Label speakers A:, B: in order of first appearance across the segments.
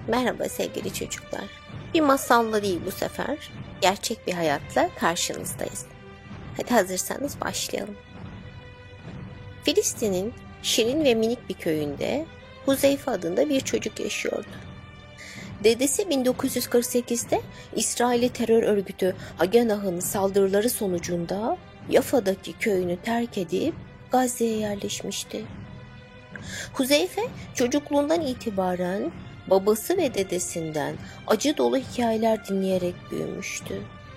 A: Merhaba sevgili çocuklar. Bir masalla değil bu sefer, gerçek bir hayatla karşınızdayız. Hadi hazırsanız başlayalım. Filistin'in şirin ve minik bir köyünde Huzeyfe adında bir çocuk yaşıyordu. Dedesi 1948'de İsrail'i terör örgütü Haganah'ın saldırıları sonucunda Yafa'daki köyünü terk edip Gazze'ye yerleşmişti. Huzeyfe çocukluğundan itibaren babası ve dedesinden acı dolu hikayeler dinleyerek büyümüştü.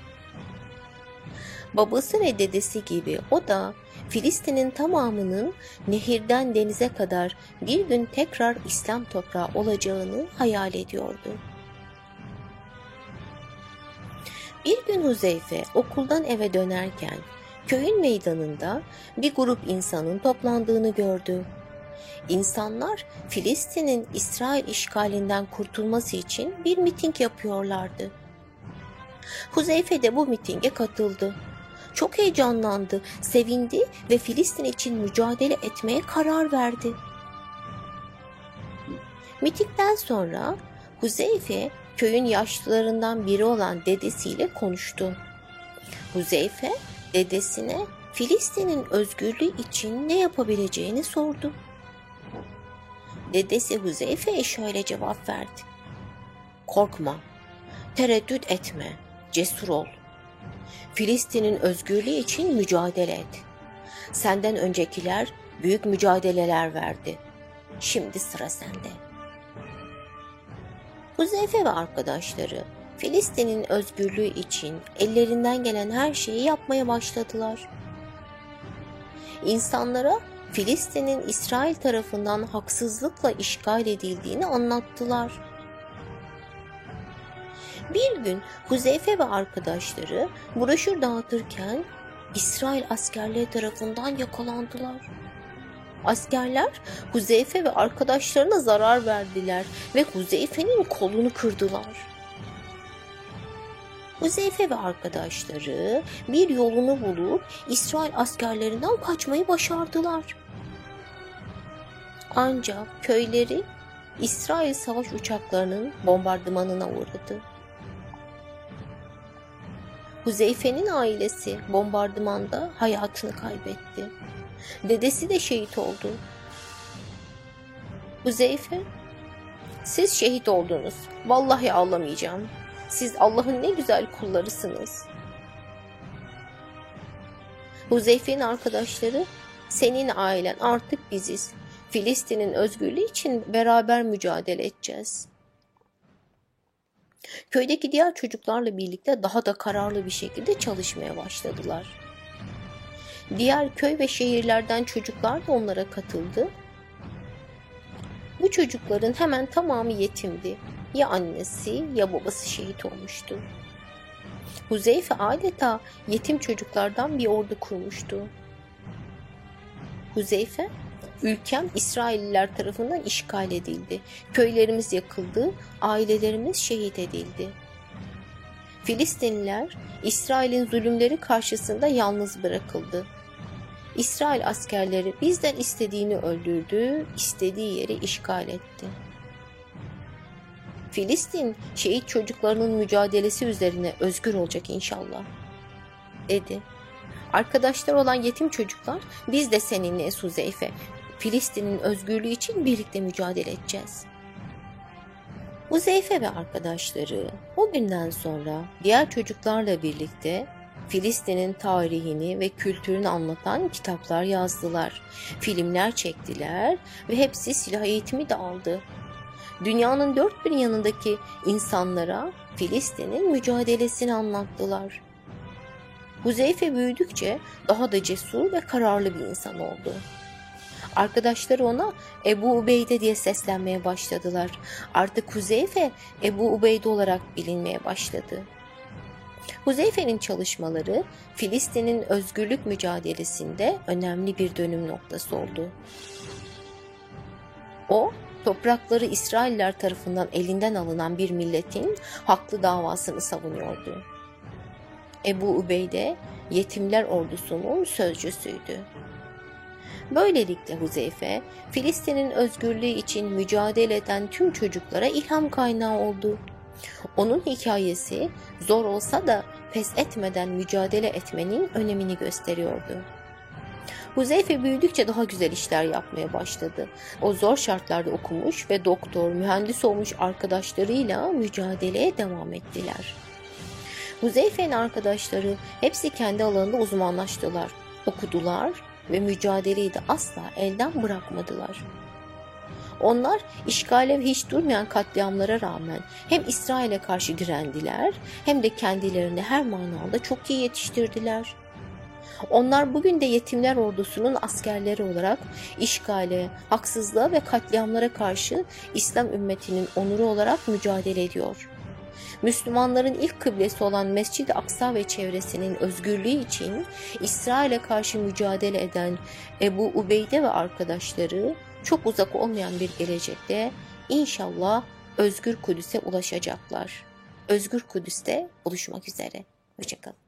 A: Babası ve dedesi gibi o da Filistin'in tamamının nehirden denize kadar bir gün tekrar İslam toprağı olacağını hayal ediyordu. Bir gün Huzeyfe okuldan eve dönerken köyün meydanında bir grup insanın toplandığını gördü. İnsanlar Filistin'in İsrail işgalinden kurtulması için bir miting yapıyorlardı. Huzeyfe de bu mitinge katıldı. Çok heyecanlandı, sevindi ve Filistin için mücadele etmeye karar verdi. Mitingden sonra Huzeyfe köyün yaşlılarından biri olan dedesiyle konuştu. Huzeyfe dedesine Filistin'in özgürlüğü için ne yapabileceğini sordu. Dedesi Huzeyfe'ye şöyle cevap verdi. Korkma, tereddüt etme, cesur ol. Filistin'in özgürlüğü için mücadele et. Senden öncekiler büyük mücadeleler verdi. Şimdi sıra sende. Huzeyfe ve arkadaşları Filistin'in özgürlüğü için ellerinden gelen her şeyi yapmaya başladılar. İnsanlara Filistin'in İsrail tarafından haksızlıkla işgal edildiğini anlattılar. Bir gün Huzeyfe ve arkadaşları broşür dağıtırken İsrail askerleri tarafından yakalandılar. Askerler Huzeyfe ve arkadaşlarına zarar verdiler ve Huzeyfe'nin kolunu kırdılar. Huzeyfe ve arkadaşları bir yolunu bulup İsrail askerlerinden kaçmayı başardılar. Ancak köyleri İsrail savaş uçaklarının bombardımanına uğradı. Huzeyfe'nin ailesi bombardımanda hayatını kaybetti. Dedesi de şehit oldu. Huzeyfe, siz şehit oldunuz. Vallahi ağlamayacağım. Siz Allah'ın ne güzel kullarısınız. Huzeyfe'nin arkadaşları, senin ailen artık biziz. Filistin'in özgürlüğü için beraber mücadele edeceğiz. Köydeki diğer çocuklarla birlikte daha da kararlı bir şekilde çalışmaya başladılar. Diğer köy ve şehirlerden çocuklar da onlara katıldı. Bu çocukların hemen tamamı yetimdi. Ya annesi ya babası şehit olmuştu. Huzeyfe adeta yetim çocuklardan bir ordu kurmuştu. Huzeyfe, ülkem İsrailliler tarafından işgal edildi. Köylerimiz yakıldı, ailelerimiz şehit edildi. Filistinliler İsrail'in zulümleri karşısında yalnız bırakıldı. İsrail askerleri bizden istediğini öldürdü, istediği yeri işgal etti. Filistin şehit çocuklarının mücadelesi üzerine özgür olacak inşallah, dedi. Arkadaşlar olan yetim çocuklar, biz de seninleyiz Huzeyfe. Filistin'in özgürlüğü için birlikte mücadele edeceğiz. Huzeyfe ve arkadaşları o günden sonra diğer çocuklarla birlikte Filistin'in tarihini ve kültürünü anlatan kitaplar yazdılar, filmler çektiler ve hepsi silah eğitimi de aldı. Dünyanın dört bir yanındaki insanlara Filistin'in mücadelesini anlattılar. Huzeyfe büyüdükçe daha da cesur ve kararlı bir insan oldu. Arkadaşları ona Ebu Ubeyde diye seslenmeye başladılar. Artık Huzeyfe Ebu Ubeyde olarak bilinmeye başladı. Huzeyfe'nin çalışmaları Filistin'in özgürlük mücadelesinde önemli bir dönüm noktası oldu. O, toprakları İsrailler tarafından elinden alınan bir milletin haklı davasını savunuyordu. Ebu Ubeyde, yetimler ordusunun sözcüsüydü. Böylelikle Huzeyfe, Filistin'in özgürlüğü için mücadele eden tüm çocuklara ilham kaynağı oldu. Onun hikayesi zor olsa da pes etmeden mücadele etmenin önemini gösteriyordu. Huzeyfe büyüdükçe daha güzel işler yapmaya başladı. O zor şartlarda okumuş ve doktor, mühendis olmuş arkadaşlarıyla mücadeleye devam ettiler. Huzeyfe'nin arkadaşları hepsi kendi alanında uzmanlaştılar, okudular ve mücadeleyi de asla elden bırakmadılar. Onlar işgale ve hiç durmayan katliamlara rağmen hem İsrail'e karşı direndiler hem de kendilerini her manada çok iyi yetiştirdiler. Onlar bugün de Yetimler Ordusu'nun askerleri olarak işgale, haksızlığa ve katliamlara karşı İslam ümmetinin onuru olarak mücadele ediyor. Müslümanların ilk kıblesi olan Mescid-i Aksa ve çevresinin özgürlüğü için İsrail'e karşı mücadele eden Ebu Ubeyde ve arkadaşları çok uzak olmayan bir gelecekte inşallah Özgür Kudüs'e ulaşacaklar. Özgür Kudüs'te buluşmak üzere. Hoşça kalın.